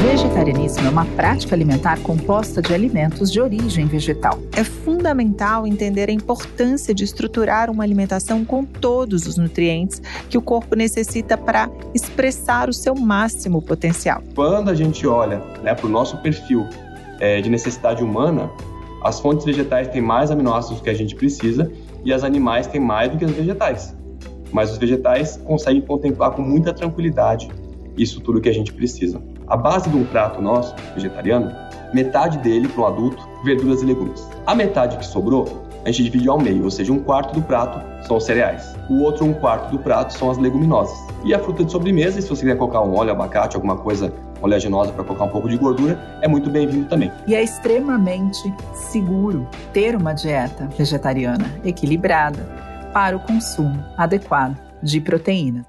Vegetarianismo é uma prática alimentar composta de alimentos de origem vegetal. É fundamental entender a importância de estruturar uma alimentação com todos os nutrientes que o corpo necessita para expressar o seu máximo potencial. Quando a gente olha para o nosso perfil de necessidade humana, as fontes vegetais têm mais aminoácidos do que a gente precisa e as animais têm mais do que os vegetais. Mas os vegetais conseguem contemplar com muita tranquilidade isso tudo que a gente precisa. A base de um prato nosso, vegetariano, metade dele para um adulto, verduras e legumes. A metade que sobrou, a gente divide ao meio, ou seja, um quarto do prato são os cereais. O outro um quarto do prato são as leguminosas. E a fruta de sobremesa, e se você quiser colocar um óleo, abacate, alguma coisa oleaginosa para colocar um pouco de gordura, é muito bem-vindo também. E é extremamente seguro ter uma dieta vegetariana equilibrada para o consumo adequado de proteína.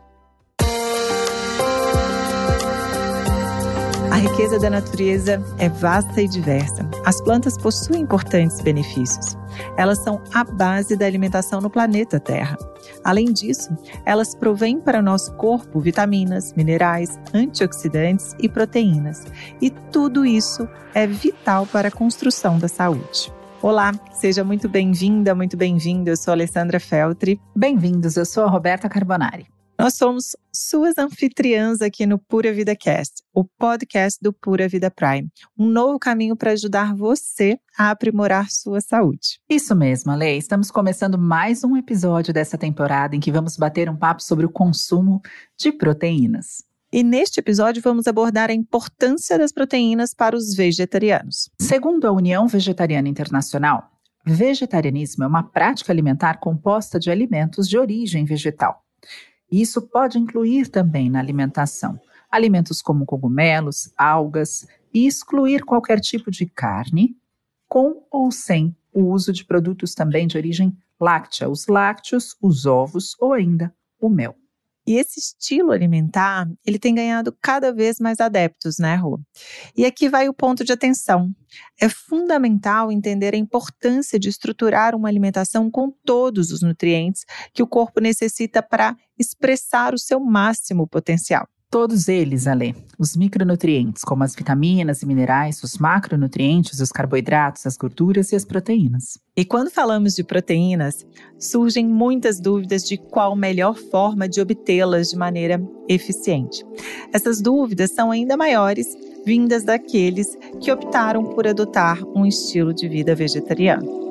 A riqueza da natureza é vasta e diversa. As plantas possuem importantes benefícios. Elas são a base da alimentação no planeta Terra. Além disso, elas provêm para o nosso corpo vitaminas, minerais, antioxidantes e proteínas. E tudo isso é vital para a construção da saúde. Olá, seja muito bem-vinda, muito bem-vindo. Eu sou a Alessandra Feltri. Bem-vindos, eu sou a Roberta Carbonari. Nós somos suas anfitriãs aqui no Pura Vida Cast, o podcast do Pura Vida Prime. Um novo caminho para ajudar você a aprimorar sua saúde. Isso mesmo, Ale. Estamos começando mais um episódio dessa temporada em que vamos bater um papo sobre o consumo de proteínas. E neste episódio vamos abordar a importância das proteínas para os vegetarianos. Segundo a União Vegetariana Internacional, vegetarianismo é uma prática alimentar composta de alimentos de origem vegetal. Isso pode incluir também na alimentação alimentos como cogumelos, algas e excluir qualquer tipo de carne, com ou sem o uso de produtos também de origem láctea, os lácteos, os ovos ou ainda o mel. E esse estilo alimentar, ele tem ganhado cada vez mais adeptos, né, Rô? E aqui vai o ponto de atenção. É fundamental entender a importância de estruturar uma alimentação com todos os nutrientes que o corpo necessita para expressar o seu máximo potencial. Todos eles, Ale, os micronutrientes, como as vitaminas e minerais, os macronutrientes, os carboidratos, as gorduras e as proteínas. E quando falamos de proteínas, surgem muitas dúvidas de qual melhor forma de obtê-las de maneira eficiente. Essas dúvidas são ainda maiores, vindas daqueles que optaram por adotar um estilo de vida vegetariano.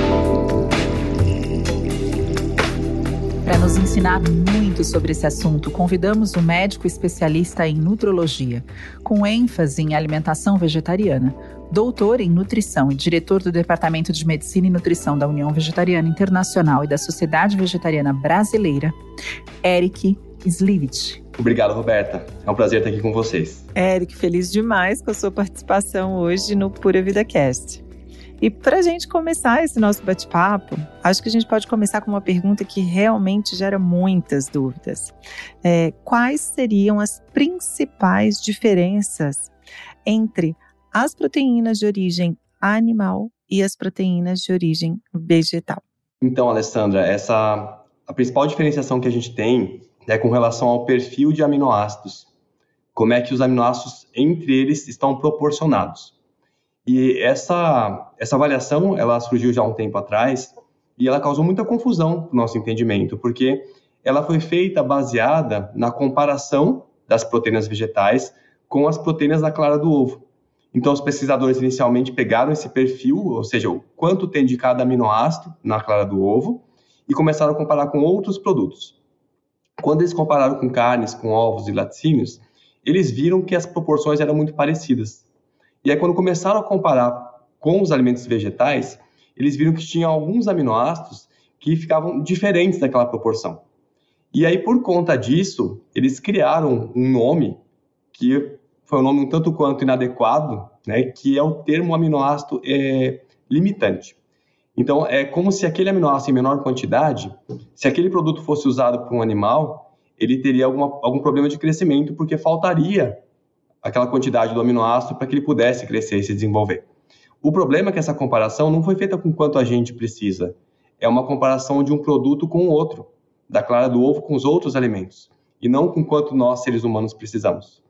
Para nos ensinar muito sobre esse assunto, convidamos um médico especialista em nutrologia, com ênfase em alimentação vegetariana, doutor em nutrição e diretor do Departamento de Medicina e Nutrição da União Vegetariana Internacional e da Sociedade Vegetariana Brasileira, Eric Slivich. Obrigado, Roberta. É um prazer estar aqui com vocês. Eric, feliz demais com a sua participação hoje no Pura Vida Cast. E para a gente começar esse nosso bate-papo, acho que a gente pode começar com uma pergunta que realmente gera muitas dúvidas. Quais seriam as principais diferenças entre as proteínas de origem animal e as proteínas de origem vegetal? Então, Alessandra, a principal diferenciação que a gente tem é com relação ao perfil de aminoácidos. Como é que os aminoácidos entre eles estão proporcionados. E essa avaliação, ela surgiu já há um tempo atrás e ela causou muita confusão no nosso entendimento, porque ela foi feita baseada na comparação das proteínas vegetais com as proteínas da clara do ovo. Então, os pesquisadores inicialmente pegaram esse perfil, ou seja, o quanto tem de cada aminoácido na clara do ovo, e começaram a comparar com outros produtos. Quando eles compararam com carnes, com ovos e laticínios, eles viram que as proporções eram muito parecidas. E aí, quando começaram a comparar com os alimentos vegetais, eles viram que tinha alguns aminoácidos que ficavam diferentes daquela proporção. E aí, por conta disso, eles criaram um nome que foi um nome um tanto quanto inadequado, né, que é o termo aminoácido limitante. Então, é como se aquele aminoácido em menor quantidade, se aquele produto fosse usado por um animal, ele teria algum problema de crescimento, porque faltaria aquela quantidade do aminoácido para que ele pudesse crescer e se desenvolver. O problema é que essa comparação não foi feita com quanto a gente precisa. É uma comparação de um produto com o outro, da clara do ovo com os outros alimentos, e não com quanto nós, seres humanos, precisamos.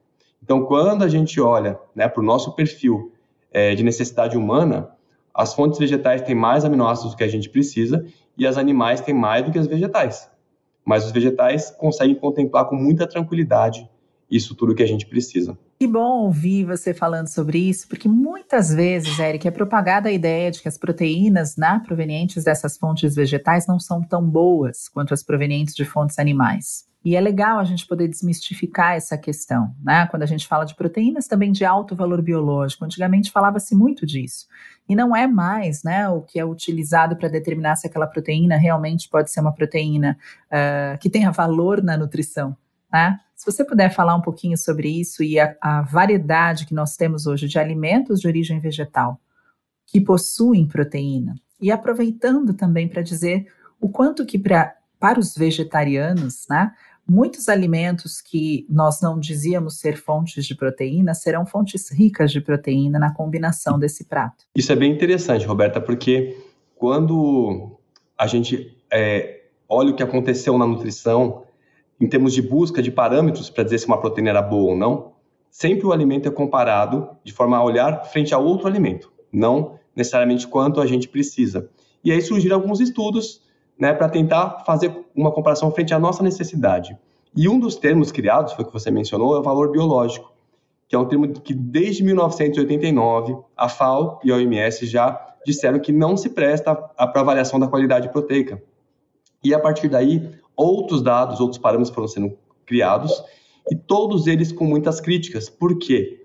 Então, quando a gente olha, né, para o nosso perfil de necessidade humana, as fontes vegetais têm mais aminoácidos do que a gente precisa e as animais têm mais do que as vegetais. Mas os vegetais conseguem contemplar com muita tranquilidade isso tudo que a gente precisa. Que bom ouvir você falando sobre isso, porque muitas vezes, Eric, é propagada a ideia de que as proteínas, né, provenientes dessas fontes vegetais não são tão boas quanto as provenientes de fontes animais. E é legal a gente poder desmistificar essa questão, né? Quando a gente fala de proteínas também de alto valor biológico, antigamente falava-se muito disso. E não é mais, né, o que é utilizado para determinar se aquela proteína realmente pode ser uma proteína que tenha valor na nutrição, né? Se você puder falar um pouquinho sobre isso e a variedade que nós temos hoje de alimentos de origem vegetal que possuem proteína, e aproveitando também para dizer o quanto que para os vegetarianos, né, muitos alimentos que nós não dizíamos ser fontes de proteína serão fontes ricas de proteína na combinação desse prato. Isso é bem interessante, Roberta, porque quando a gente olha o que aconteceu na nutrição, em termos de busca de parâmetros para dizer se uma proteína era boa ou não, sempre o alimento é comparado de forma a olhar frente a outro alimento, não necessariamente quanto a gente precisa. E aí surgiram alguns estudos, né, para tentar fazer uma comparação frente à nossa necessidade. E um dos termos criados, foi o que você mencionou, é o valor biológico, que é um termo que desde 1989 a FAO e a OMS já disseram que não se presta para avaliação da qualidade proteica. E a partir daí, outros dados, outros parâmetros foram sendo criados, e todos eles com muitas críticas. Por quê?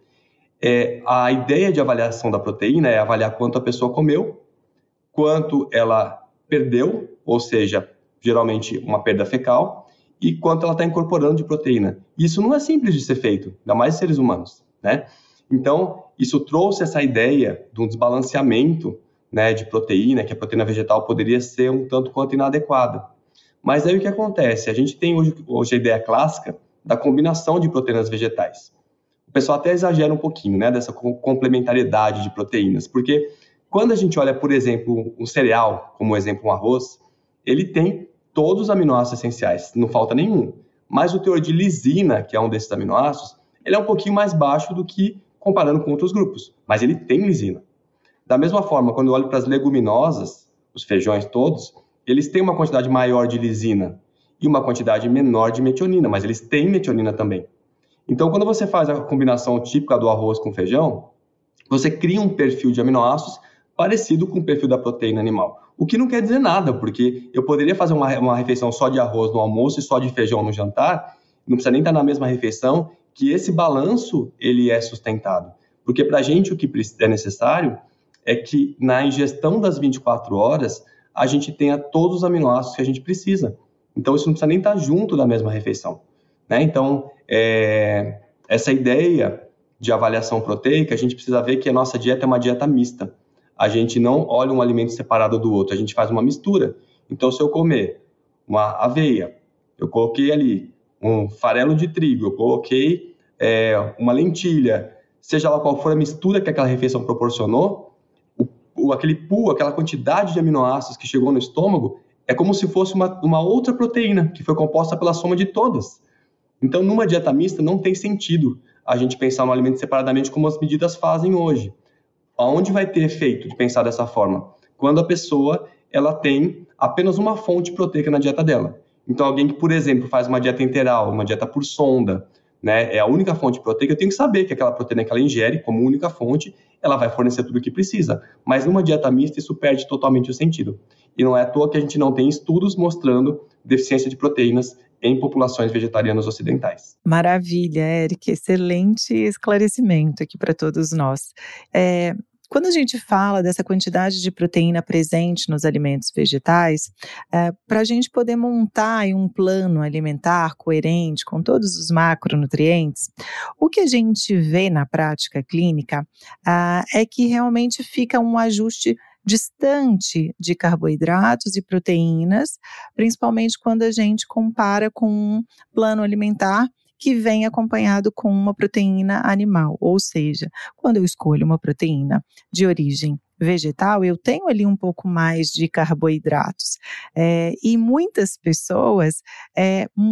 A ideia de avaliação da proteína é avaliar quanto a pessoa comeu, quanto ela perdeu, ou seja, geralmente uma perda fecal, e quanto ela está incorporando de proteína. Isso não é simples de ser feito, ainda mais em seres humanos, né? Então, isso trouxe essa ideia de um desbalanceamento, né, de proteína, que a proteína vegetal poderia ser um tanto quanto inadequada. Mas aí o que acontece? A gente tem hoje a ideia clássica da combinação de proteínas vegetais. O pessoal até exagera um pouquinho, né, dessa complementariedade de proteínas, porque quando a gente olha, por exemplo, um cereal, como exemplo um arroz, ele tem todos os aminoácidos essenciais, não falta nenhum. Mas o teor de lisina, que é um desses aminoácidos, ele é um pouquinho mais baixo do que comparando com outros grupos, mas ele tem lisina. Da mesma forma, quando eu olho para as leguminosas, os feijões todos, eles têm uma quantidade maior de lisina e uma quantidade menor de metionina, mas eles têm metionina também. Então, quando você faz a combinação típica do arroz com feijão, você cria um perfil de aminoácidos parecido com o perfil da proteína animal. O que não quer dizer nada, porque eu poderia fazer uma refeição só de arroz no almoço e só de feijão no jantar, não precisa nem estar na mesma refeição, que esse balanço ele é sustentado. Porque para a gente o que é necessário é que na ingestão das 24 horas a gente tenha todos os aminoácidos que a gente precisa. Então isso não precisa nem estar junto da mesma refeição, né? Então, essa ideia de avaliação proteica, a gente precisa ver que a nossa dieta é uma dieta mista. A gente não olha um alimento separado do outro, a gente faz uma mistura. Então, se eu comer uma aveia, eu coloquei ali um farelo de trigo, eu coloquei uma lentilha, seja lá qual for a mistura que aquela refeição proporcionou, aquele pool, aquela quantidade de aminoácidos que chegou no estômago, é como se fosse uma outra proteína, que foi composta pela soma de todas. Então, numa dieta mista, não tem sentido a gente pensar no alimento separadamente como as medidas fazem hoje. Aonde vai ter efeito de pensar dessa forma? Quando a pessoa ela tem apenas uma fonte proteica na dieta dela. Então, alguém que, por exemplo, faz uma dieta integral, uma dieta por sonda, né, é a única fonte proteica, eu tenho que saber que aquela proteína que ela ingere como única fonte, ela vai fornecer tudo o que precisa. Mas numa dieta mista, isso perde totalmente o sentido. E não é à toa que a gente não tem estudos mostrando deficiência de proteínas em populações vegetarianas ocidentais. Maravilha, Eric, excelente esclarecimento aqui para todos nós. Quando a gente fala dessa quantidade de proteína presente nos alimentos vegetais, para a gente poder montar um plano alimentar coerente com todos os macronutrientes, o que a gente vê na prática clínica é que realmente fica um ajuste distante de carboidratos e proteínas, principalmente quando a gente compara com um plano alimentar que vem acompanhado com uma proteína animal, ou seja, quando eu escolho uma proteína de origem vegetal, eu tenho ali um pouco mais de carboidratos. E muitas pessoas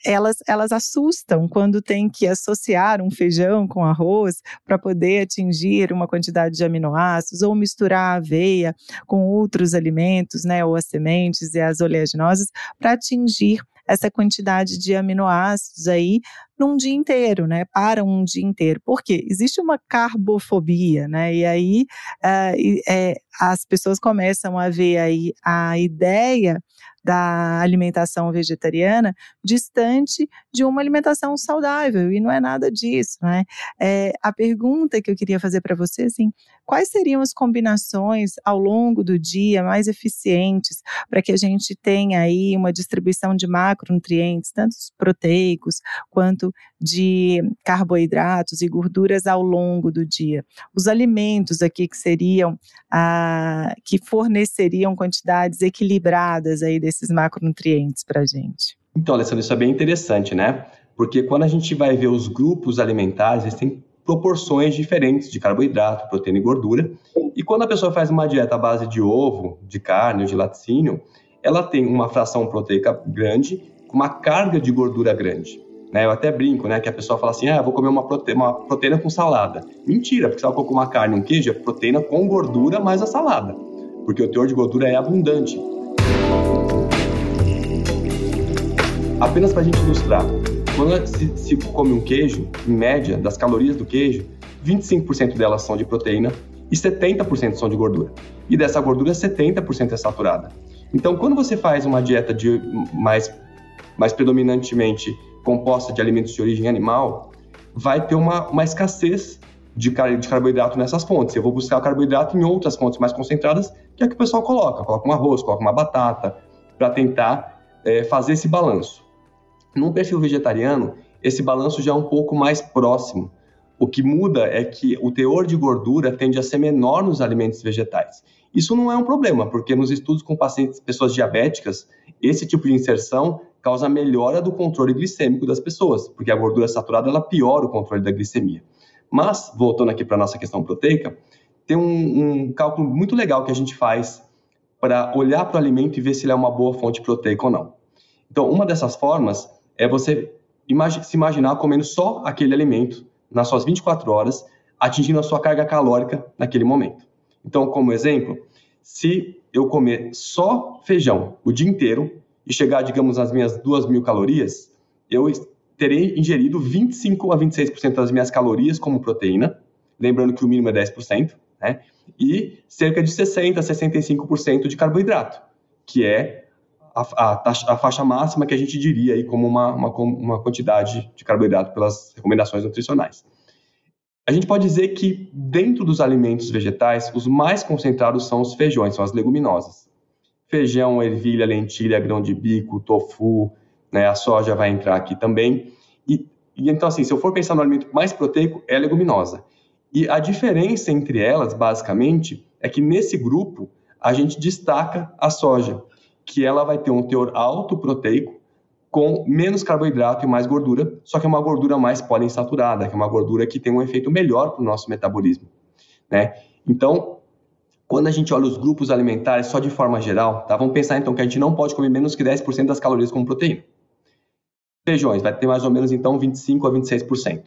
elas assustam quando tem que associar um feijão com arroz para poder atingir uma quantidade de aminoácidos, ou misturar a aveia com outros alimentos, né, ou as sementes e as oleaginosas, para atingir essa quantidade de aminoácidos aí num dia inteiro, né, para um dia inteiro. Por quê? Existe uma carbofobia, né, e aí as pessoas começam a ver aí a ideia da alimentação vegetariana distante de uma alimentação saudável, e não é nada disso, né? A pergunta que eu queria fazer para você, assim, quais seriam as combinações ao longo do dia mais eficientes para que a gente tenha aí uma distribuição de macronutrientes, tanto proteicos quanto de carboidratos e gorduras ao longo do dia? Os alimentos aqui que seriam, que forneceriam quantidades equilibradas aí desses macronutrientes para a gente. Então, Alessandra, isso é bem interessante, né? Porque quando a gente vai ver os grupos alimentares, eles têm proporções diferentes de carboidrato, proteína e gordura. E quando a pessoa faz uma dieta à base de ovo, de carne ou de laticínio, ela tem uma fração proteica grande com uma carga de gordura grande. Né? Eu até brinco, né, que a pessoa fala assim, eu vou comer uma proteína com salada. Mentira, porque se ela colocar uma carne e um queijo, é proteína com gordura mais a salada. Porque o teor de gordura é abundante. Apenas para a gente ilustrar, quando se come um queijo, em média, das calorias do queijo, 25% delas são de proteína e 70% são de gordura. E dessa gordura, 70% é saturada. Então, quando você faz uma dieta mais predominantemente composta de alimentos de origem animal, vai ter uma escassez de carboidrato nessas fontes. Eu vou buscar carboidrato em outras fontes mais concentradas, que é o que o pessoal coloca um arroz, coloca uma batata, para tentar fazer esse balanço. Num perfil vegetariano, esse balanço já é um pouco mais próximo. O que muda é que o teor de gordura tende a ser menor nos alimentos vegetais. Isso não é um problema, porque nos estudos com pessoas diabéticas, esse tipo de inserção causa melhora do controle glicêmico das pessoas, porque a gordura saturada ela piora o controle da glicemia. Mas, voltando aqui para a nossa questão proteica, tem um cálculo muito legal que a gente faz para olhar para o alimento e ver se ele é uma boa fonte proteica ou não. Então, uma dessas formas é você se imaginar comendo só aquele alimento nas suas 24 horas, atingindo a sua carga calórica naquele momento. Então, como exemplo, se eu comer só feijão o dia inteiro e chegar, digamos, nas minhas 2.000 calorias, eu terei ingerido 25 a 26% das minhas calorias como proteína, lembrando que o mínimo é 10%, né? E cerca de 60 a 65% de carboidrato, que é a faixa máxima que a gente diria aí como uma quantidade de carboidrato pelas recomendações nutricionais. A gente pode dizer que dentro dos alimentos vegetais, os mais concentrados são os feijões, são as leguminosas. Feijão, ervilha, lentilha, grão de bico, tofu, né, a soja vai entrar aqui também. E então, assim, se eu for pensar no alimento mais proteico, é a leguminosa. E a diferença entre elas, basicamente, é que nesse grupo a gente destaca a soja, que ela vai ter um teor alto proteico, com menos carboidrato e mais gordura, só que é uma gordura mais poliinsaturada, que é uma gordura que tem um efeito melhor para o nosso metabolismo, né? Então, quando a gente olha os grupos alimentares só de forma geral, tá? Vamos pensar então que a gente não pode comer menos que 10% das calorias como proteína. Feijões vai ter mais ou menos então 25 a 26%.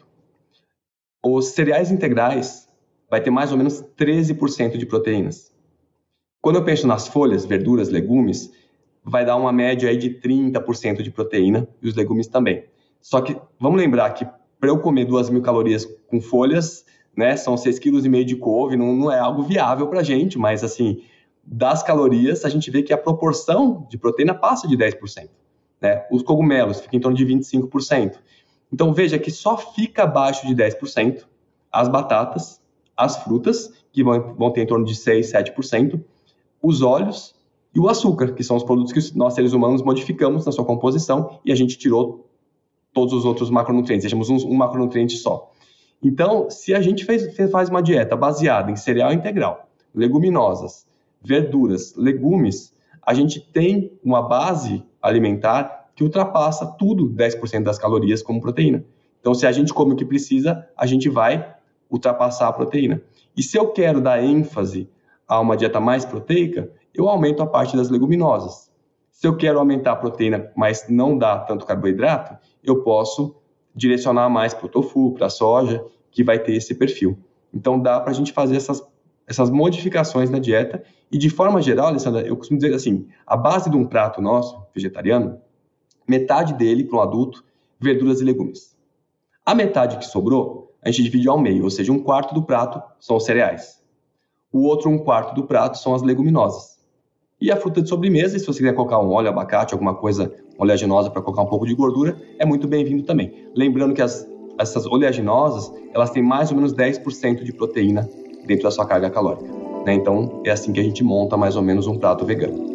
Os cereais integrais vai ter mais ou menos 13% de proteínas. Quando eu penso nas folhas, verduras, legumes, vai dar uma média aí de 30% de proteína, e os legumes também. Só que, vamos lembrar que para eu comer 2.000 calorias com folhas, né, são 6,5 kg de couve, não é algo viável para a gente, mas assim, das calorias, a gente vê que a proporção de proteína passa de 10%. Né? Os cogumelos ficam em torno de 25%. Então, veja que só fica abaixo de 10% as batatas, as frutas, que vão ter em torno de 6, 7%, os óleos, e o açúcar, que são os produtos que nós, seres humanos, modificamos na sua composição e a gente tirou todos os outros macronutrientes, deixamos um macronutriente só. Então, se a gente faz uma dieta baseada em cereal integral, leguminosas, verduras, legumes, a gente tem uma base alimentar que ultrapassa tudo 10% das calorias como proteína. Então, se a gente come o que precisa, a gente vai ultrapassar a proteína. E se eu quero dar ênfase a uma dieta mais proteica, eu aumento a parte das leguminosas. Se eu quero aumentar a proteína, mas não dá tanto carboidrato, eu posso direcionar mais para o tofu, para a soja, que vai ter esse perfil. Então, dá para a gente fazer essas modificações na dieta. E, de forma geral, Alessandra, eu costumo dizer assim, a base de um prato nosso, vegetariano, metade dele, para um adulto, verduras e legumes. A metade que sobrou, a gente divide ao meio, ou seja, 1/4 do prato são os cereais. O outro 1/4 do prato são as leguminosas. E a fruta de sobremesa, e se você quiser colocar um óleo, abacate, alguma coisa oleaginosa para colocar um pouco de gordura, é muito bem-vindo também. Lembrando que essas oleaginosas, elas têm mais ou menos 10% de proteína dentro da sua carga calórica, né? Então, é assim que a gente monta mais ou menos um prato vegano.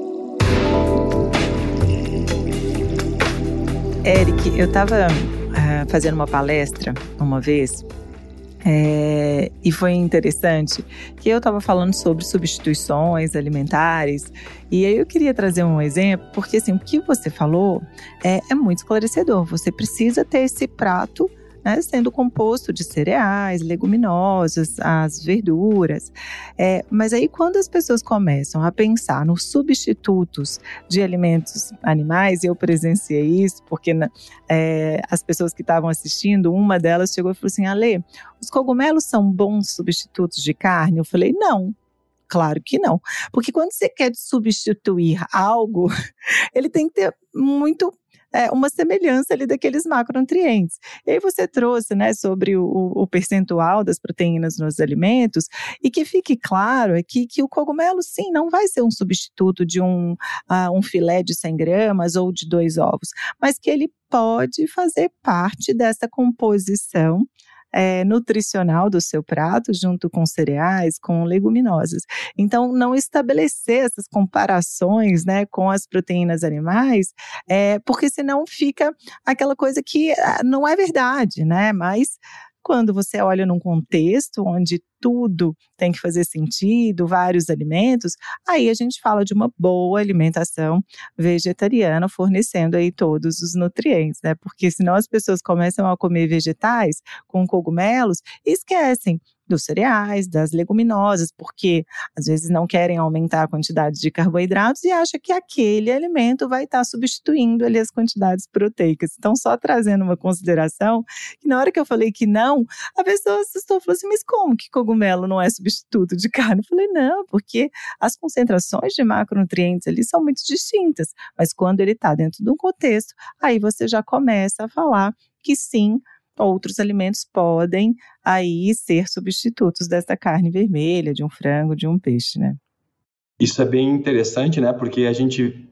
Eric, eu estava fazendo uma palestra uma vez, e foi interessante que eu estava falando sobre substituições alimentares, e aí eu queria trazer um exemplo, porque assim, o que você falou é muito esclarecedor. Você precisa ter esse prato, né, sendo composto de cereais, leguminosas, as verduras. Mas aí quando as pessoas começam a pensar nos substitutos de alimentos animais, e eu presenciei isso, porque as pessoas que estavam assistindo, uma delas chegou e falou assim: Ale, os cogumelos são bons substitutos de carne? Eu falei, não. Claro que não. Porque quando você quer substituir algo, ele tem que ter uma semelhança ali daqueles macronutrientes. E aí você trouxe, né, sobre o percentual das proteínas nos alimentos, e que fique claro aqui que o cogumelo, sim, não vai ser um substituto de um filé de 100 gramas ou de 2 ovos, mas que ele pode fazer parte dessa composição nutricional do seu prato, junto com cereais, com leguminosas. Então, não estabelecer essas comparações, né, com as proteínas animais, porque senão fica aquela coisa que não é verdade, né? Mas quando você olha num contexto onde tudo tem que fazer sentido, vários alimentos, aí a gente fala de uma boa alimentação vegetariana, fornecendo aí todos os nutrientes, né? Porque senão as pessoas começam a comer vegetais com cogumelos e esquecem dos cereais, das leguminosas, porque às vezes não querem aumentar a quantidade de carboidratos e acham que aquele alimento vai estar substituindo ali as quantidades proteicas. Então, só trazendo uma consideração, que na hora que eu falei que não, a pessoa assustou e falou assim, mas como que cogumelo não é substituto de carne? Eu falei, não, porque as concentrações de macronutrientes ali são muito distintas, mas quando ele está dentro de um contexto, aí você já começa a falar que sim, outros alimentos podem aí ser substitutos dessa carne vermelha, de um frango, de um peixe, né? Isso é bem interessante, né? Porque a gente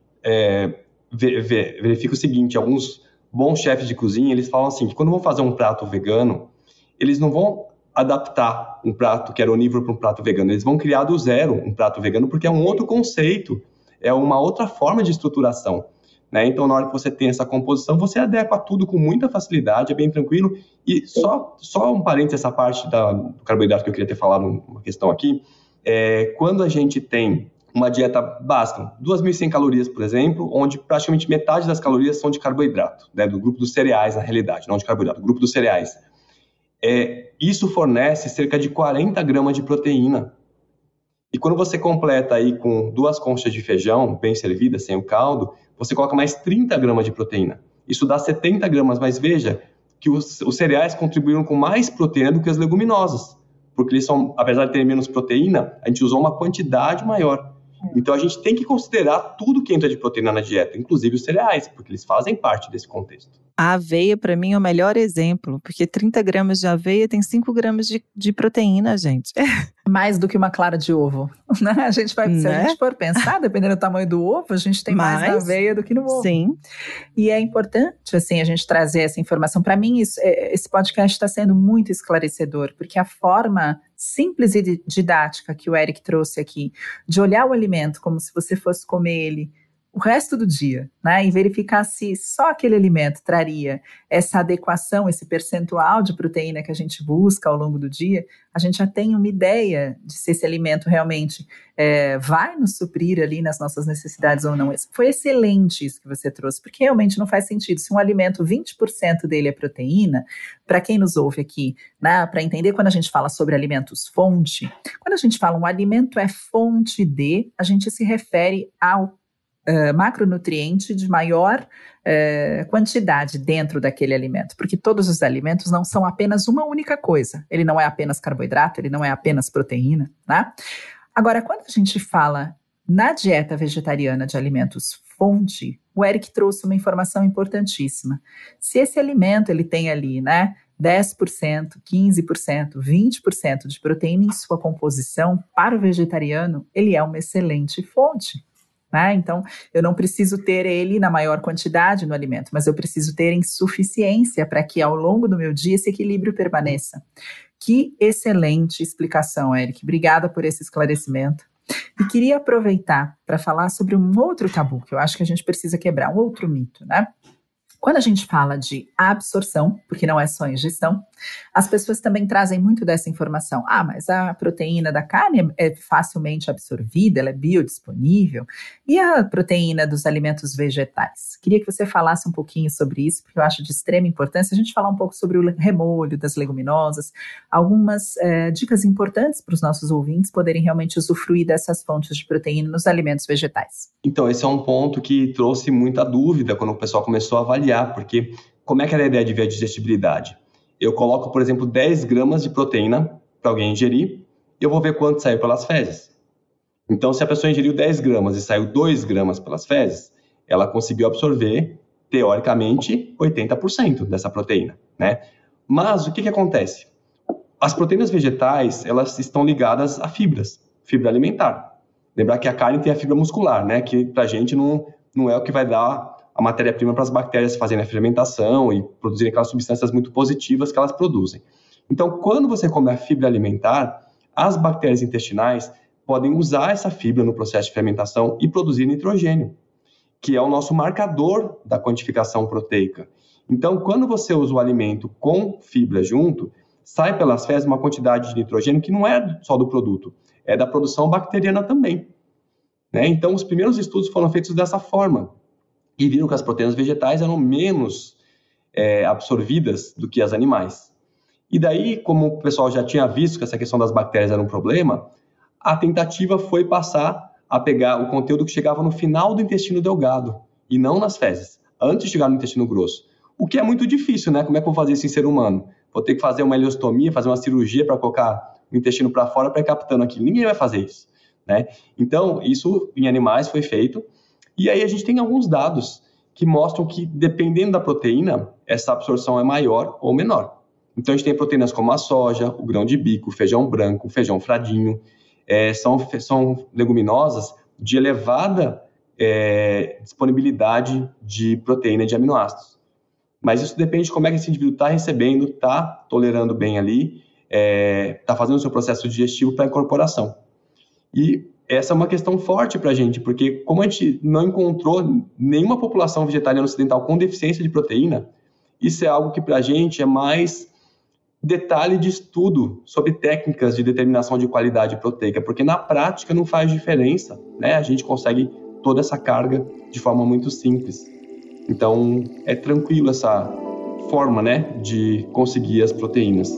verifica o seguinte, alguns bons chefes de cozinha, eles falam assim, que quando vão fazer um prato vegano, eles não vão adaptar um prato que era onívoro para um prato vegano, eles vão criar do zero um prato vegano, porque é um outro conceito, é uma outra forma de estruturação. Né? Então, na hora que você tem essa composição, você adequa tudo com muita facilidade, é bem tranquilo. E só um parênteses, essa parte do carboidrato que eu queria ter falado, uma questão aqui, quando a gente tem uma dieta básica, 2.100 calorias, por exemplo, onde praticamente metade das calorias são de carboidrato, né? Do grupo dos cereais, na realidade, não de carboidrato, do grupo dos cereais. Isso fornece cerca de 40 gramas de proteína. E quando você completa aí com 2 conchas de feijão, bem servidas, sem o caldo, você coloca mais 30 gramas de proteína. Isso dá 70 gramas, mas veja que os cereais contribuíram com mais proteína do que as leguminosas, porque eles são, apesar de terem menos proteína, a gente usou uma quantidade maior. Então a gente tem que considerar tudo que entra de proteína na dieta, inclusive os cereais, porque eles fazem parte desse contexto. A aveia, para mim, é o melhor exemplo, porque 30 gramas de aveia tem 5 gramas de proteína, gente. Mais do que uma clara de ovo, né? A gente vai, se a gente for pensar, dependendo do tamanho do ovo, a gente tem mais na aveia do que no ovo. Sim. E é importante, assim, a gente trazer essa informação. Para mim, esse podcast está sendo muito esclarecedor, porque a forma simples e didática que o Eric trouxe aqui, de olhar o alimento como se você fosse comer ele o resto do dia, né, e verificar se só aquele alimento traria essa adequação, esse percentual de proteína que a gente busca ao longo do dia, a gente já tem uma ideia de se esse alimento realmente vai nos suprir ali nas nossas necessidades ou não. Foi excelente isso que você trouxe, porque realmente não faz sentido. Se um alimento, 20% dele é proteína, para quem nos ouve aqui, né, para entender quando a gente fala sobre alimentos fonte, quando a gente fala um alimento é fonte de, a gente se refere ao macronutriente de maior quantidade dentro daquele alimento, porque todos os alimentos não são apenas uma única coisa. Ele não é apenas carboidrato, ele não é apenas proteína, né? Agora, quando a gente fala na dieta vegetariana de alimentos fonte, o Eric trouxe uma informação importantíssima. Se esse alimento ele tem ali, né, 10%, 15%, 20% de proteína em sua composição, para o vegetariano, ele é uma excelente fonte. Né? Então, eu não preciso ter ele na maior quantidade no alimento, mas eu preciso ter em suficiência para que ao longo do meu dia esse equilíbrio permaneça. Que excelente explicação, Eric. Obrigada por esse esclarecimento. E queria aproveitar para falar sobre um outro tabu que eu acho que a gente precisa quebrar, um outro mito, né? Quando a gente fala de absorção, porque não é só ingestão, as pessoas também trazem muito dessa informação. Ah, mas a proteína da carne é facilmente absorvida, ela é biodisponível. E a proteína dos alimentos vegetais? Queria que você falasse um pouquinho sobre isso, porque eu acho de extrema importância a gente falar um pouco sobre o remolho das leguminosas, algumas dicas importantes para os nossos ouvintes poderem realmente usufruir dessas fontes de proteína nos alimentos vegetais. Então, esse é um ponto que trouxe muita dúvida quando o pessoal começou a avaliar, porque como é que era a ideia de ver a digestibilidade? Eu coloco, por exemplo, 10 gramas de proteína para alguém ingerir e eu vou ver quanto saiu pelas fezes. Então, se a pessoa ingeriu 10 gramas e saiu 2 gramas pelas fezes, ela conseguiu absorver, teoricamente, 80% dessa proteína, né? Mas o que acontece? As proteínas vegetais, elas estão ligadas a fibras, fibra alimentar. Lembrar que a carne tem a fibra muscular, né? Que pra gente não é o que vai dar a matéria-prima para as bactérias fazerem a fermentação e produzirem aquelas substâncias muito positivas que elas produzem. Então, quando você come a fibra alimentar, as bactérias intestinais podem usar essa fibra no processo de fermentação e produzir nitrogênio, que é o nosso marcador da quantificação proteica. Então, quando você usa o alimento com fibra junto, sai pelas fezes uma quantidade de nitrogênio que não é só do produto, é da produção bacteriana também. Né? Então, os primeiros estudos foram feitos dessa forma e viram que as proteínas vegetais eram menos absorvidas do que as animais. E daí, como o pessoal já tinha visto que essa questão das bactérias era um problema, a tentativa foi passar a pegar o conteúdo que chegava no final do intestino delgado e não nas fezes, antes de chegar no intestino grosso. O que é muito difícil, né? Como é que eu vou fazer isso em ser humano? Vou ter que fazer uma ileostomia, fazer uma cirurgia para colocar o intestino para fora para ir captando aquilo. Ninguém vai fazer isso, né? Então, isso em animais foi feito. E aí a gente tem alguns dados que mostram que, dependendo da proteína, essa absorção é maior ou menor. Então, a gente tem proteínas como a soja, o grão de bico, o feijão branco, o feijão fradinho. São leguminosas de elevada disponibilidade de proteína e de aminoácidos. Mas isso depende de como é que esse indivíduo está recebendo, está tolerando bem ali, está fazendo o seu processo digestivo para a incorporação. E essa é uma questão forte para a gente, porque como a gente não encontrou nenhuma população vegetariana ocidental com deficiência de proteína, isso é algo que para a gente é mais detalhe de estudo sobre técnicas de determinação de qualidade proteica, porque na prática não faz diferença, né? A gente consegue toda essa carga de forma muito simples. Então, é tranquilo essa forma, né, de conseguir as proteínas.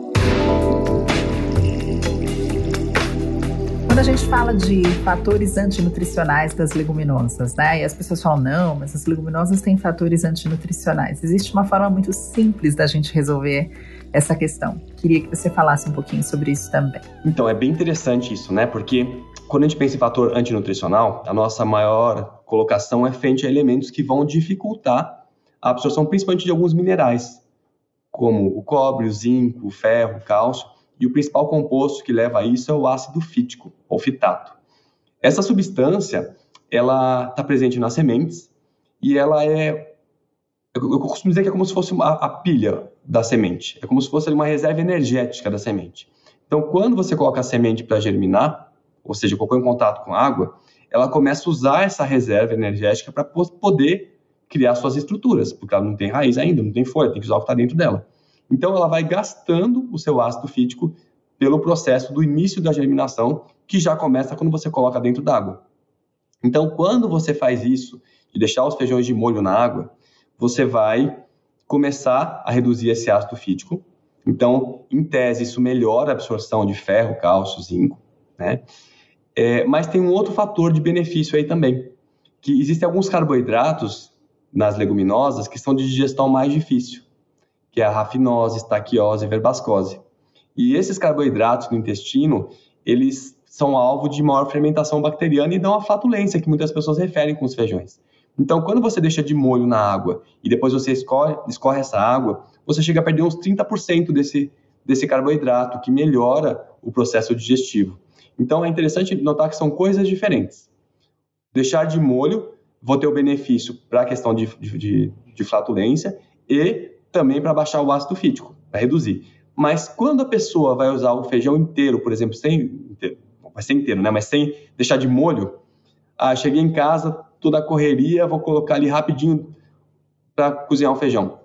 Quando a gente fala de fatores antinutricionais das leguminosas, né? E as pessoas falam, não, mas as leguminosas têm fatores antinutricionais. Existe uma forma muito simples da gente resolver essa questão. Queria que você falasse um pouquinho sobre isso também. Então, é bem interessante isso, né? Porque quando a gente pensa em fator antinutricional, a nossa maior colocação é frente a elementos que vão dificultar a absorção, principalmente de alguns minerais, como o cobre, o zinco, o ferro, o cálcio. E o principal composto que leva a isso é o ácido fítico, ou fitato. Essa substância, ela está presente nas sementes e ela eu costumo dizer que é como se fosse a pilha da semente. É como se fosse uma reserva energética da semente. Então, quando você coloca a semente para germinar, ou seja, colocou em contato com a água, ela começa a usar essa reserva energética para poder criar suas estruturas, porque ela não tem raiz ainda, não tem folha, tem que usar o que está dentro dela. Então, ela vai gastando o seu ácido fítico pelo processo do início da germinação, que já começa quando você coloca dentro d'água. Então, quando você faz isso, de deixar os feijões de molho na água, você vai começar a reduzir esse ácido fítico. Então, em tese, isso melhora a absorção de ferro, cálcio, zinco, né? Mas tem um outro fator de benefício aí também, que existem alguns carboidratos nas leguminosas que são de digestão mais difícil, que é a rafinose, estaquiose e verbascose. E esses carboidratos no intestino, eles são alvo de maior fermentação bacteriana e dão a flatulência que muitas pessoas referem com os feijões. Então, quando você deixa de molho na água e depois você escorre essa água, você chega a perder uns 30% desse carboidrato, que melhora o processo digestivo. Então, é interessante notar que são coisas diferentes. Deixar de molho, vou ter o benefício para a questão de flatulência e também para baixar o ácido fítico, para reduzir. Mas quando a pessoa vai usar o feijão inteiro, por exemplo, vai ser inteiro, né? Mas sem deixar de molho, cheguei em casa, toda a correria, vou colocar ali rapidinho para cozinhar o feijão.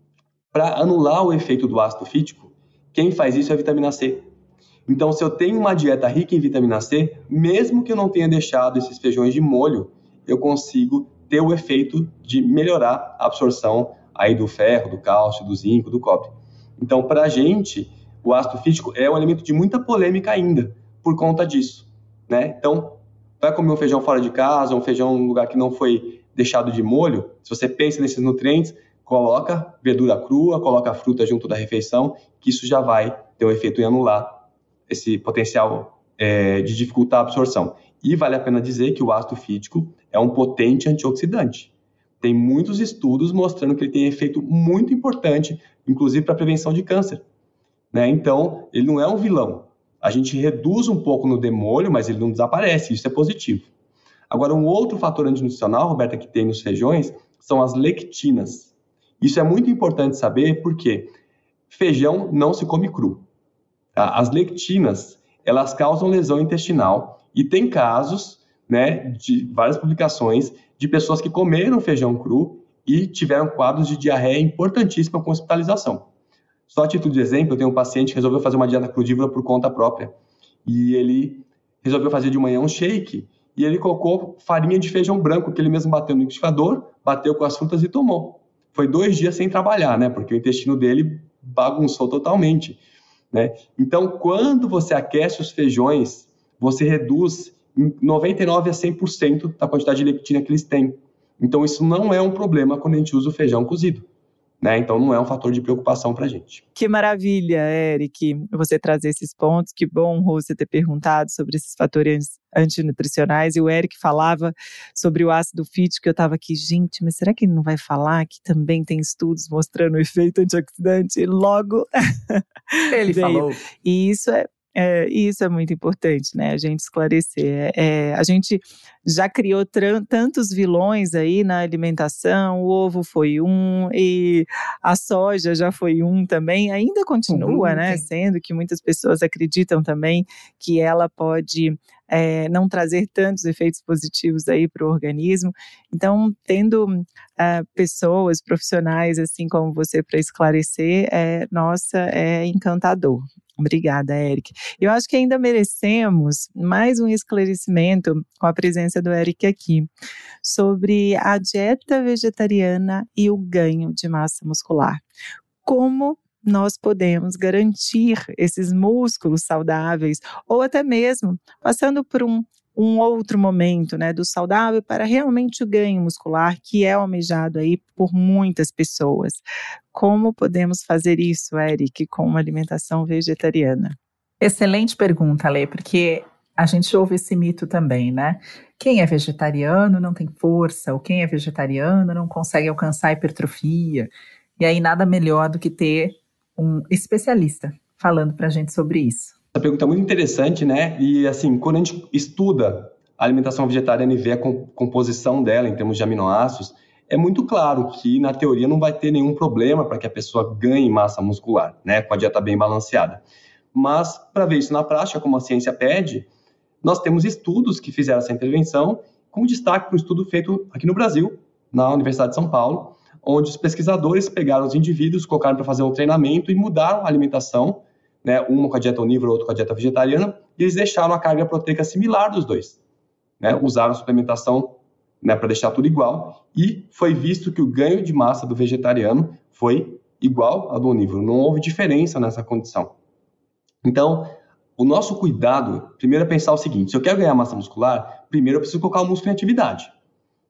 Para anular o efeito do ácido fítico, quem faz isso é a vitamina C. Então, se eu tenho uma dieta rica em vitamina C, mesmo que eu não tenha deixado esses feijões de molho, eu consigo ter o efeito de melhorar a absorção aí do ferro, do cálcio, do zinco, do cobre. Então, para a gente, o ácido fítico é um elemento de muita polêmica ainda, por conta disso, né? Então, vai comer um feijão fora de casa, um feijão em um lugar que não foi deixado de molho, se você pensa nesses nutrientes, coloca verdura crua, coloca a fruta junto da refeição, que isso já vai ter um efeito em anular esse potencial de dificultar a absorção. E vale a pena dizer que o ácido fítico é um potente antioxidante. Tem muitos estudos mostrando que ele tem efeito muito importante, inclusive para a prevenção de câncer, né? Então, ele não é um vilão. A gente reduz um pouco no demolho, mas ele não desaparece, isso é positivo. Agora, um outro fator antinutricional, Roberta, que tem nos feijões, são as lectinas. Isso é muito importante saber porque feijão não se come cru. Tá? As lectinas, elas causam lesão intestinal e tem casos, né, de várias publicações de pessoas que comeram feijão cru e tiveram quadros de diarreia importantíssima com hospitalização. Só a título de exemplo, eu tenho um paciente que resolveu fazer uma dieta crudívora por conta própria. E ele resolveu fazer de manhã um shake e ele colocou farinha de feijão branco, que ele mesmo bateu no liquidificador, bateu com as frutas e tomou. Foi 2 dias sem trabalhar, né? Porque o intestino dele bagunçou totalmente, né? Então, quando você aquece os feijões, você reduz em 99% a 100% da quantidade de lectina que eles têm. Então, isso não é um problema quando a gente usa o feijão cozido, né? Então, não é um fator de preocupação para a gente. Que maravilha, Eric, você trazer esses pontos. Que bom você ter perguntado sobre esses fatores antinutricionais. E o Eric falava sobre o ácido fítico. Eu estava aqui, gente, mas será que ele não vai falar que também tem estudos mostrando o efeito antioxidante? E logo ele falou. E isso é muito importante, né? A gente esclarecer. A gente já criou tantos vilões aí na alimentação, o ovo foi um e a soja já foi um também, ainda continua, né? Sendo que muitas pessoas acreditam também que ela pode não trazer tantos efeitos positivos aí para o organismo. Então, tendo pessoas profissionais assim como você para esclarecer, é encantador. Obrigada, Eric. Eu acho que ainda merecemos mais um esclarecimento com a presença do Eric aqui sobre a dieta vegetariana e o ganho de massa muscular. Como nós podemos garantir esses músculos saudáveis ou até mesmo passando por um outro momento, né, do saudável para realmente o ganho muscular que é almejado aí por muitas pessoas. Como podemos fazer isso, Eric, com uma alimentação vegetariana? Excelente pergunta, Lê, porque a gente ouve esse mito também, né? Quem é vegetariano não tem força, ou quem é vegetariano não consegue alcançar a hipertrofia. E aí nada melhor do que ter um especialista falando pra gente sobre isso. Essa pergunta é muito interessante, né? E assim, quando a gente estuda a alimentação vegetariana e vê a composição dela em termos de aminoácidos, é muito claro que na teoria não vai ter nenhum problema para que a pessoa ganhe massa muscular, né? Com a dieta bem balanceada. Mas para ver isso na prática, como a ciência pede, nós temos estudos que fizeram essa intervenção, com destaque para um estudo feito aqui no Brasil, na Universidade de São Paulo, onde os pesquisadores pegaram os indivíduos, colocaram para fazer um treinamento e mudaram a alimentação, né, uma com a dieta onívora, outra com a dieta vegetariana, e eles deixaram a carga proteica similar dos dois, né, usaram suplementação, né, para deixar tudo igual, e foi visto que o ganho de massa do vegetariano foi igual ao do onívoro, não houve diferença nessa condição. Então, o nosso cuidado, primeiro é pensar o seguinte: se eu quero ganhar massa muscular, primeiro eu preciso colocar o músculo em atividade,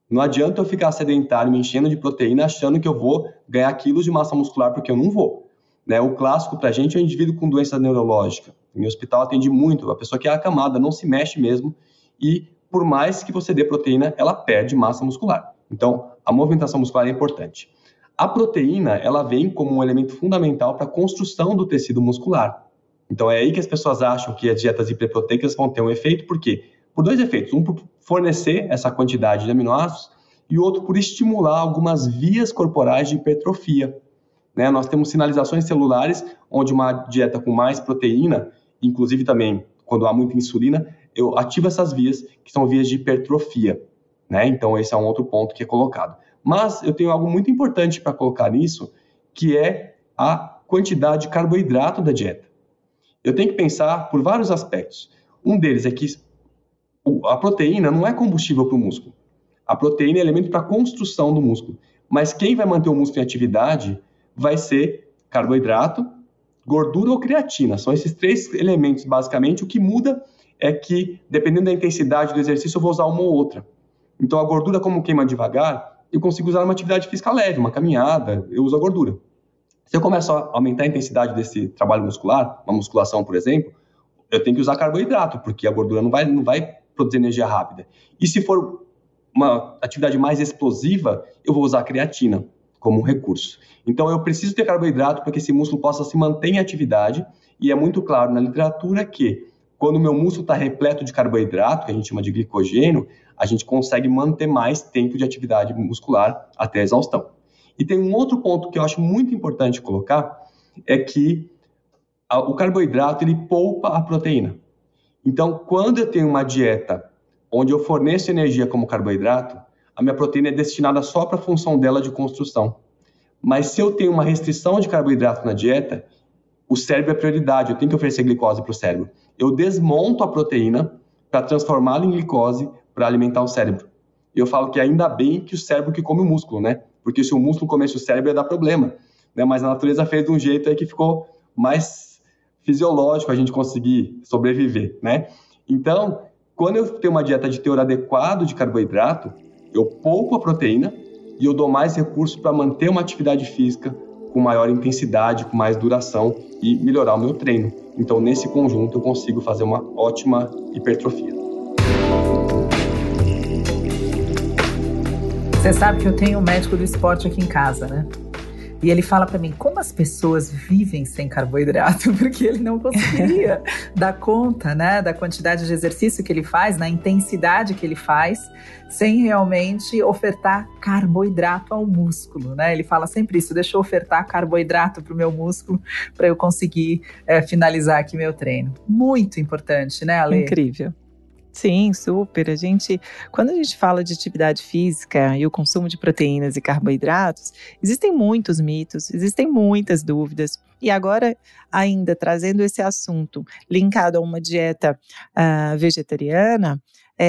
Não adianta eu ficar sedentário, me enchendo de proteína, achando que eu vou ganhar quilos de massa muscular, porque eu não vou. Né? O clássico para a gente é o indivíduo com doença neurológica. Em hospital atende muito, a pessoa que é acamada, não se mexe mesmo, e por mais que você dê proteína, ela perde massa muscular. Então, a movimentação muscular é importante. A proteína, ela vem como um elemento fundamental para a construção do tecido muscular. Então, é aí que as pessoas acham que as dietas hiperproteicas vão ter um efeito, por quê? Por dois efeitos. Um, por fornecer essa quantidade de aminoácidos, e o outro, por estimular algumas vias corporais de hipertrofia. Né? Nós temos sinalizações celulares, onde uma dieta com mais proteína, inclusive também quando há muita insulina, eu ativo essas vias, que são vias de hipertrofia. Né? Então, esse é um outro ponto que é colocado. Mas eu tenho algo muito importante para colocar nisso, que é a quantidade de carboidrato da dieta. Eu tenho que pensar por vários aspectos. Um deles é que a proteína não é combustível para o músculo. A proteína é elemento para a construção do músculo. Mas quem vai manter o músculo em atividade vai ser carboidrato, gordura ou creatina. São esses três elementos, basicamente. O que muda é que, dependendo da intensidade do exercício, eu vou usar uma ou outra. Então, a gordura, como queima devagar, eu consigo usar uma atividade física leve, uma caminhada, eu uso a gordura. Se eu começo a aumentar a intensidade desse trabalho muscular, uma musculação, por exemplo, eu tenho que usar carboidrato, porque a gordura não vai produzir energia rápida. E se for uma atividade mais explosiva, eu vou usar a creatina como um recurso. Então, eu preciso ter carboidrato para que esse músculo possa se manter em atividade, e é muito claro na literatura que, quando o meu músculo está repleto de carboidrato, que a gente chama de glicogênio, a gente consegue manter mais tempo de atividade muscular até a exaustão. E tem um outro ponto que eu acho muito importante colocar, é que o carboidrato ele poupa a proteína. Então, quando eu tenho uma dieta onde eu forneço energia como carboidrato, a minha proteína é destinada só para a função dela de construção. Mas se eu tenho uma restrição de carboidrato na dieta, o cérebro é prioridade, eu tenho que oferecer glicose para o cérebro. Eu desmonto a proteína para transformá-la em glicose para alimentar o cérebro. E eu falo que ainda bem que o cérebro que come o músculo, né? Porque se o músculo comesse o cérebro ia dar problema. Né? Mas a natureza fez de um jeito aí que ficou mais fisiológico a gente conseguir sobreviver, né? Então, quando eu tenho uma dieta de teor adequado de carboidrato, eu poupo a proteína e eu dou mais recursos para manter uma atividade física com maior intensidade, com mais duração e melhorar o meu treino. Então, nesse conjunto, eu consigo fazer uma ótima hipertrofia. Você sabe que eu tenho um médico do esporte aqui em casa, né? E ele fala para mim como as pessoas vivem sem carboidrato, porque ele não conseguiria dar conta, né, da quantidade de exercício que ele faz, na intensidade que ele faz, sem realmente ofertar carboidrato ao músculo, né? Ele fala sempre isso, deixa eu ofertar carboidrato para o meu músculo para eu conseguir finalizar aqui meu treino. Muito importante, né, Ale? Incrível. Sim, super. Quando a gente fala de atividade física e o consumo de proteínas e carboidratos, existem muitos mitos, existem muitas dúvidas. E agora, ainda trazendo esse assunto linkado a uma dieta vegetariana,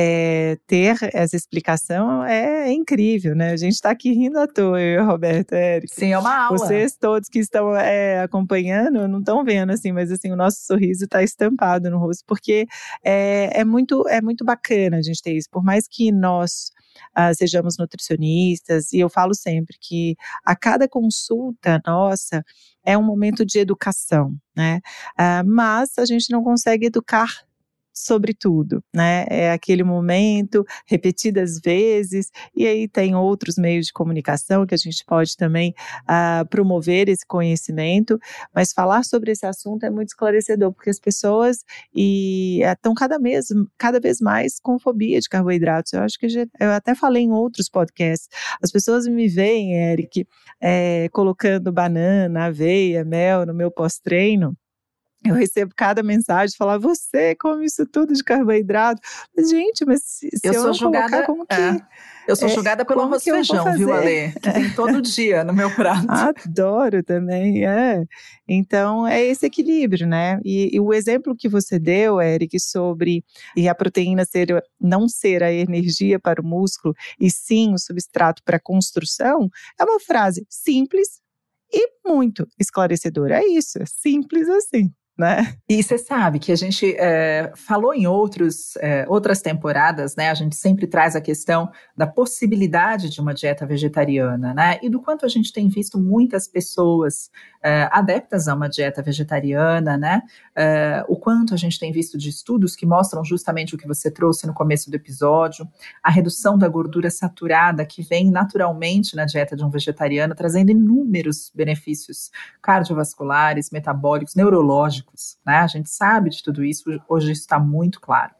ter essa explicação é incrível, né? A gente está aqui rindo à toa, eu e o Roberto, Érica. Sim, é uma aula. Vocês todos que estão acompanhando não estão vendo, assim, mas assim, o nosso sorriso está estampado no rosto, porque é muito bacana a gente ter isso. Por mais que nós sejamos nutricionistas, e eu falo sempre que a cada consulta nossa é um momento de educação, né? Mas a gente não consegue educar sobre tudo, né? É aquele momento, repetidas vezes, e aí tem outros meios de comunicação que a gente pode também promover esse conhecimento, mas falar sobre esse assunto é muito esclarecedor, porque as pessoas estão cada vez mais com fobia de carboidratos. Eu acho que eu até falei em outros podcasts, as pessoas me veem, Eric, colocando banana, aveia, mel no meu pós-treino. Eu recebo cada mensagem, falar, você come isso tudo de carboidrato? Gente, mas se eu não colocar, como que... Eu sou julgada pelo arroz e feijão, viu, Ale? Que tem todo dia no meu prato. Adoro também, Então, é esse equilíbrio, né? E o exemplo que você deu, Eric, sobre a proteína não ser a energia para o músculo, e sim o substrato para a construção, é uma frase simples e muito esclarecedora. É isso, é simples assim. né? E você sabe que a gente falou em outras temporadas, né? A gente sempre traz a questão da possibilidade de uma dieta vegetariana, né? E do quanto a gente tem visto muitas pessoas adeptas a uma dieta vegetariana, né? O quanto a gente tem visto de estudos que mostram justamente o que você trouxe no começo do episódio, a redução da gordura saturada que vem naturalmente na dieta de um vegetariano, trazendo inúmeros benefícios cardiovasculares, metabólicos, neurológicos. Né? A gente sabe de tudo isso, hoje está muito claro.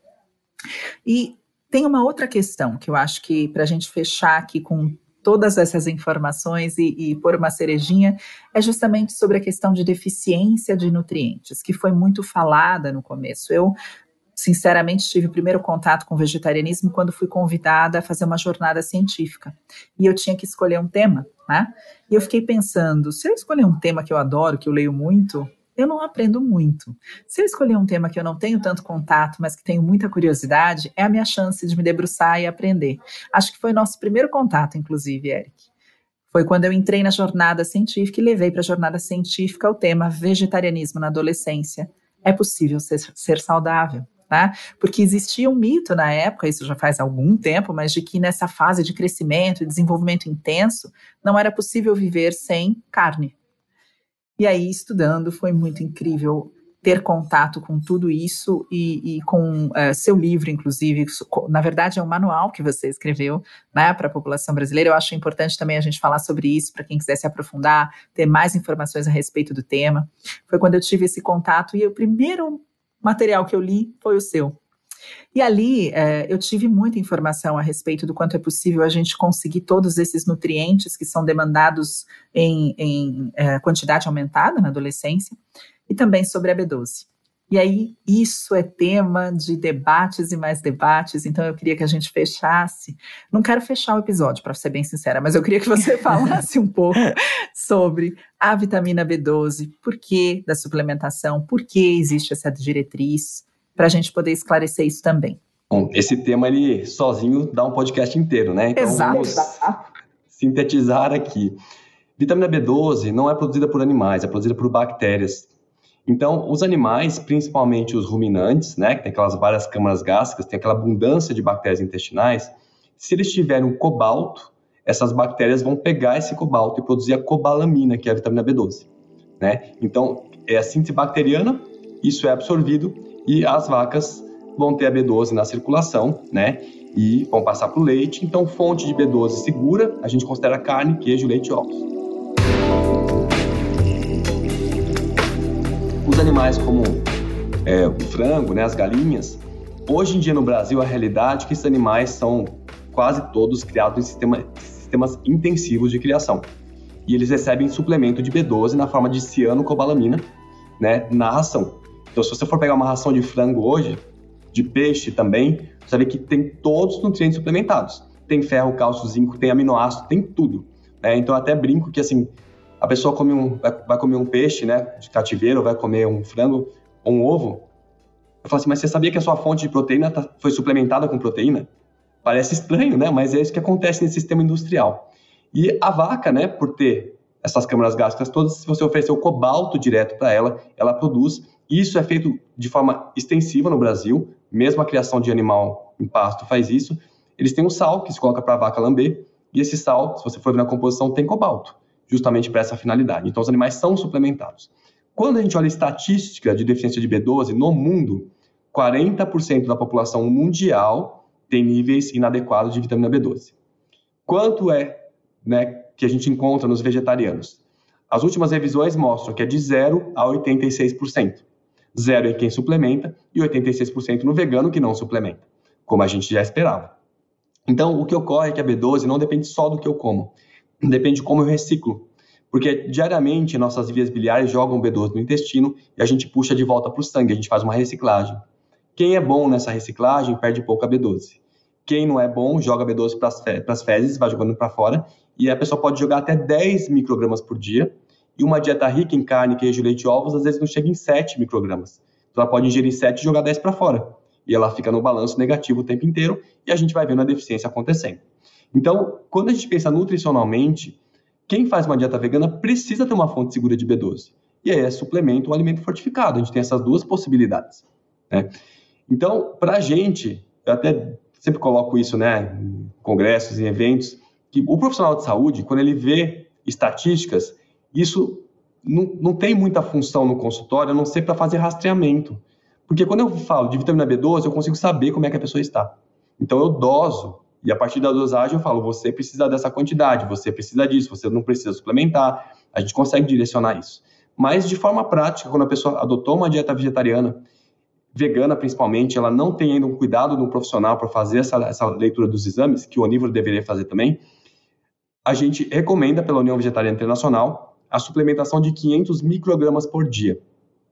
E tem uma outra questão que eu acho que, para a gente fechar aqui com todas essas informações e pôr uma cerejinha, é justamente sobre a questão de deficiência de nutrientes, que foi muito falada no começo. Eu, sinceramente, tive o primeiro contato com o vegetarianismo quando fui convidada a fazer uma jornada científica. E eu tinha que escolher um tema, né? E eu fiquei pensando, se eu escolher um tema que eu adoro, que eu leio muito, eu não aprendo muito. Se eu escolher um tema que eu não tenho tanto contato, mas que tenho muita curiosidade, é a minha chance de me debruçar e aprender. Acho que foi nosso primeiro contato, inclusive, Eric. Foi quando eu entrei na jornada científica e levei para a jornada científica o tema vegetarianismo na adolescência. É possível ser saudável, tá? Porque existia um mito na época, isso já faz algum tempo, mas de que nessa fase de crescimento e desenvolvimento intenso, não era possível viver sem carne. E aí, estudando, foi muito incrível ter contato com tudo isso e com seu livro, inclusive. Na verdade, é um manual que você escreveu, né, para a população brasileira. Eu acho importante também a gente falar sobre isso, para quem quiser se aprofundar, ter mais informações a respeito do tema. Foi quando eu tive esse contato e o primeiro material que eu li foi o seu. E ali eu tive muita informação a respeito do quanto é possível a gente conseguir todos esses nutrientes que são demandados em quantidade aumentada na adolescência, e também sobre a B12. E aí, isso é tema de debates e mais debates, então eu queria que a gente fechasse. Não quero fechar o episódio, para ser bem sincera, mas eu queria que você falasse um pouco sobre a vitamina B12, por que da suplementação, por que existe essa diretriz, para a gente poder esclarecer isso também. Bom, esse tema, ele sozinho dá um podcast inteiro, né? Então, vamos sintetizar aqui. Vitamina B12 não é produzida por animais, é produzida por bactérias. Então, os animais, principalmente os ruminantes, né, que tem aquelas várias câmaras gástricas, tem aquela abundância de bactérias intestinais, se eles tiverem um cobalto, essas bactérias vão pegar esse cobalto e produzir a cobalamina, que é a vitamina B12. Né? Então, é a síntese bacteriana, isso é absorvido, e as vacas vão ter a B12 na circulação, né? E vão passar para o leite. Então, fonte de B12 segura, a gente considera carne, queijo, leite e ovos. Os animais como o frango, né, as galinhas, hoje em dia no Brasil a realidade é que esses animais são quase todos criados em sistemas intensivos de criação. E eles recebem suplemento de B12 na forma de cianocobalamina, né, na ração. Então, se você for pegar uma ração de frango hoje, de peixe também, você vai ver que tem todos os nutrientes suplementados. Tem ferro, cálcio, zinco, tem aminoácido, tem tudo. Né? Então, eu até brinco que, assim, a pessoa vai comer um peixe, né, de cativeiro, ou vai comer um frango ou um ovo. Eu falo assim, mas você sabia que a sua fonte de proteína foi suplementada com proteína? Parece estranho, né? Mas é isso que acontece nesse sistema industrial. E a vaca, né, por ter essas câmaras gástricas todas, se você oferecer o cobalto direto para ela, ela produz. Isso é feito de forma extensiva no Brasil, mesmo a criação de animal em pasto faz isso. Eles têm um sal que se coloca para a vaca lamber, e esse sal, se você for ver na composição, tem cobalto, justamente para essa finalidade. Então, os animais são suplementados. Quando a gente olha a estatística de deficiência de B12 no mundo, 40% da população mundial tem níveis inadequados de vitamina B12. Quanto é, né, que a gente encontra nos vegetarianos? As últimas revisões mostram que é de 0 a 86%. 0 em quem suplementa e 86% no vegano que não suplementa, como a gente já esperava. Então, o que ocorre é que a B12 não depende só do que eu como, depende de como eu reciclo. Porque diariamente nossas vias biliares jogam B12 no intestino e a gente puxa de volta para o sangue, a gente faz uma reciclagem. Quem é bom nessa reciclagem perde pouco a B12. Quem não é bom joga B12 para as fezes, vai jogando para fora, e a pessoa pode jogar até 10 microgramas por dia. E uma dieta rica em carne, queijo, leite e ovos, às vezes não chega em 7 microgramas. Então ela pode ingerir 7 e jogar 10 para fora. E ela fica no balanço negativo o tempo inteiro e a gente vai vendo a deficiência acontecendo. Então, quando a gente pensa nutricionalmente, quem faz uma dieta vegana precisa ter uma fonte segura de B12. e aí é suplemento ou alimento fortificado. A gente tem essas duas possibilidades, né? Então, para a gente, eu até sempre coloco isso, né, em congressos, em eventos, que o profissional de saúde, quando ele vê estatísticas, isso não tem muita função no consultório, a não ser para fazer rastreamento. Porque quando eu falo de vitamina B12, eu consigo saber como é que a pessoa está. Então eu doso, e a partir da dosagem eu falo, você precisa dessa quantidade, você precisa disso, você não precisa suplementar, a gente consegue direcionar isso. Mas de forma prática, quando a pessoa adotou uma dieta vegetariana, vegana principalmente, ela não tem ainda um cuidado de um profissional para fazer essa leitura dos exames, que o onívoro deveria fazer também, a gente recomenda pela União Vegetariana Internacional a suplementação de 500 microgramas por dia.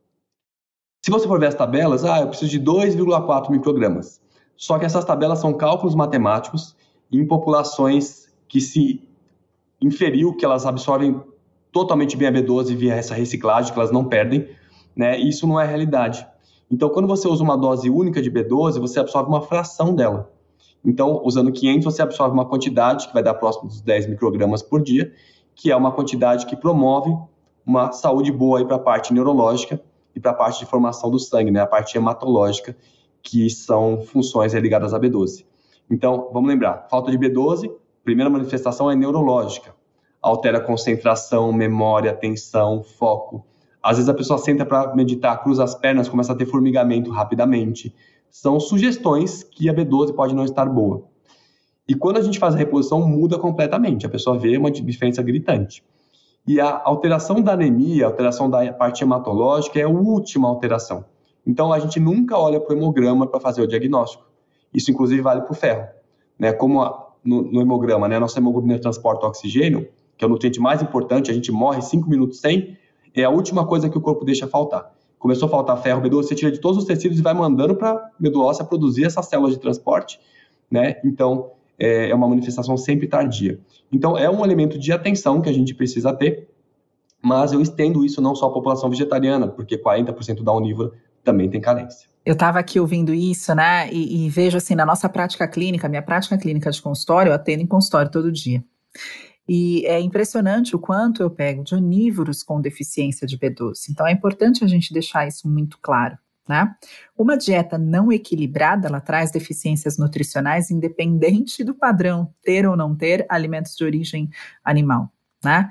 Se você for ver as tabelas, eu preciso de 2,4 microgramas. Só que essas tabelas são cálculos matemáticos em populações que se inferiu, que elas absorvem totalmente bem a B12 via essa reciclagem, que elas não perdem, né? E isso não é a realidade. Então, quando você usa uma dose única de B12, você absorve uma fração dela. Então, usando 500, você absorve uma quantidade que vai dar próximo dos 10 microgramas por dia, que é uma quantidade que promove uma saúde boa para a parte neurológica e para a parte de formação do sangue, né? A parte hematológica, que são funções ligadas à B12. Então, vamos lembrar, falta de B12, primeira manifestação é neurológica. Altera a concentração, memória, atenção, foco. Às vezes a pessoa senta para meditar, cruza as pernas, começa a ter formigamento rapidamente. São sugestões que a B12 pode não estar boa. E quando a gente faz a reposição, muda completamente. A pessoa vê uma diferença gritante. E a alteração da anemia, a alteração da parte hematológica é a última alteração. Então, a gente nunca olha para o hemograma para fazer o diagnóstico. Isso, inclusive, vale para o ferro, né? Como no hemograma, né? A nossa hemoglobina transporta oxigênio, que é o nutriente mais importante, a gente morre 5 minutos sem, é a última coisa que o corpo deixa faltar. Começou a faltar ferro, B12, você tira de todos os tecidos e vai mandando para a medula óssea produzir essas células de transporte, né? Então, é uma manifestação sempre tardia. Então, é um elemento de atenção que a gente precisa ter, mas eu estendo isso não só à população vegetariana, porque 40% da onívora também tem carência. Eu estava aqui ouvindo isso, né, e vejo assim, na nossa prática clínica, minha prática clínica de consultório, eu atendo em consultório todo dia. E é impressionante o quanto eu pego de onívoros com deficiência de B12. Então é importante a gente deixar isso muito claro, né? Uma dieta não equilibrada, ela traz deficiências nutricionais independente do padrão, ter ou não ter alimentos de origem animal, né?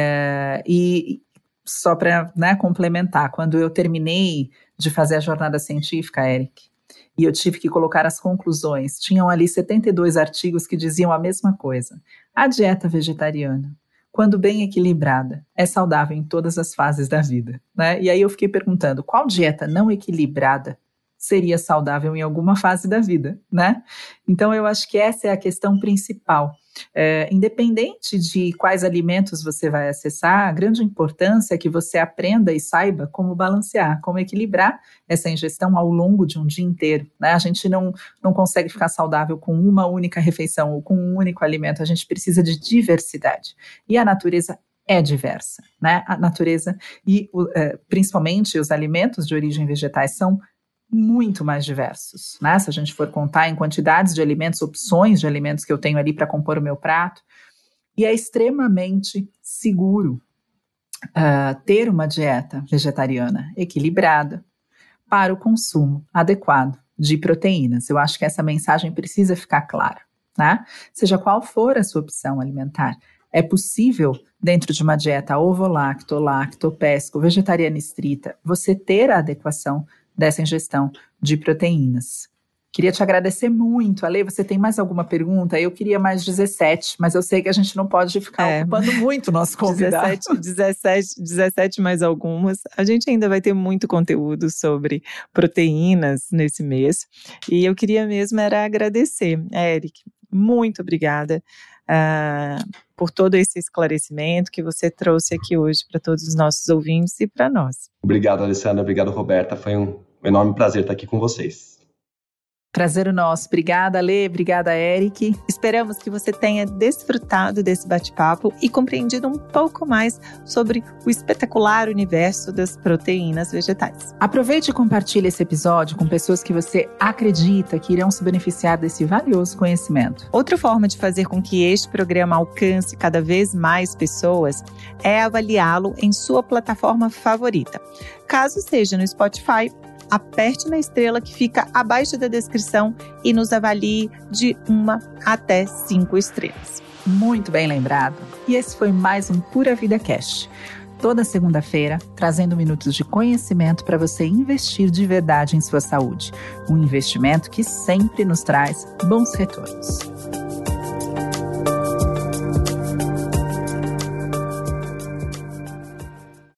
E só para, né, complementar, quando eu terminei de fazer a jornada científica, Eric, e eu tive que colocar as conclusões, tinham ali 72 artigos que diziam a mesma coisa. A dieta vegetariana, quando bem equilibrada, é saudável em todas as fases da vida, né? E aí eu fiquei perguntando, qual dieta não equilibrada seria saudável em alguma fase da vida, né? Então eu acho que essa é a questão principal. Independente de quais alimentos você vai acessar, a grande importância é que você aprenda e saiba como balancear, como equilibrar essa ingestão ao longo de um dia inteiro, né? A gente não consegue ficar saudável com uma única refeição ou com um único alimento, a gente precisa de diversidade. E a natureza é diversa, né? A natureza e principalmente os alimentos de origem vegetais são muito mais diversos, né? Se a gente for contar em quantidades de alimentos, opções de alimentos que eu tenho ali para compor o meu prato, e é extremamente seguro ter uma dieta vegetariana equilibrada para o consumo adequado de proteínas. Eu acho que essa mensagem precisa ficar clara, né? Seja qual for a sua opção alimentar, é possível, dentro de uma dieta ovo-lacto, lacto, pesco, vegetariana estrita, você ter a adequação dessa ingestão de proteínas. Queria te agradecer muito. Ale, você tem mais alguma pergunta? Eu queria mais 17, mas eu sei que a gente não pode ficar ocupando muito o nosso convidado. 17 mais algumas. A gente ainda vai ter muito conteúdo sobre proteínas nesse mês. E eu queria mesmo era agradecer, Eric. Muito obrigada por todo esse esclarecimento que você trouxe aqui hoje para todos os nossos ouvintes e para nós. Obrigado, Alessandra. Obrigado, Roberta. Foi um enorme prazer estar aqui com vocês. Prazer nosso. Obrigada, Lê. Obrigada, Eric. Esperamos que você tenha desfrutado desse bate-papo e compreendido um pouco mais sobre o espetacular universo das proteínas vegetais. Aproveite e compartilhe esse episódio com pessoas que você acredita que irão se beneficiar desse valioso conhecimento. Outra forma de fazer com que este programa alcance cada vez mais pessoas é avaliá-lo em sua plataforma favorita. Caso seja no Spotify, aperte na estrela que fica abaixo da descrição e nos avalie de 1 até 5 estrelas. Muito bem lembrado. E esse foi mais um Pura Vida Cast. Toda segunda-feira, trazendo minutos de conhecimento para você investir de verdade em sua saúde. Um investimento que sempre nos traz bons retornos.